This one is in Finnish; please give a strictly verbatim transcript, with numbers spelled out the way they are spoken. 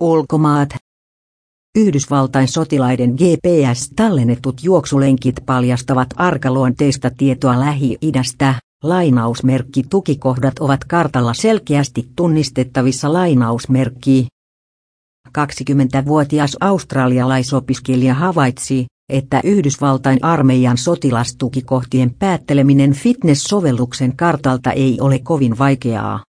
Ulkomaat. Yhdysvaltain sotilaiden G P S-tallennetut juoksulenkit paljastavat arkaluonteista tietoa Lähi-idästä. Lainausmerkki tukikohdat ovat kartalla selkeästi tunnistettavissa lainausmerkki. kaksikymmentävuotias australialaisopiskelija havaitsi, että Yhdysvaltain armeijan sotilastukikohtien päätteleminen fitness-sovelluksen kartalta ei ole kovin vaikeaa.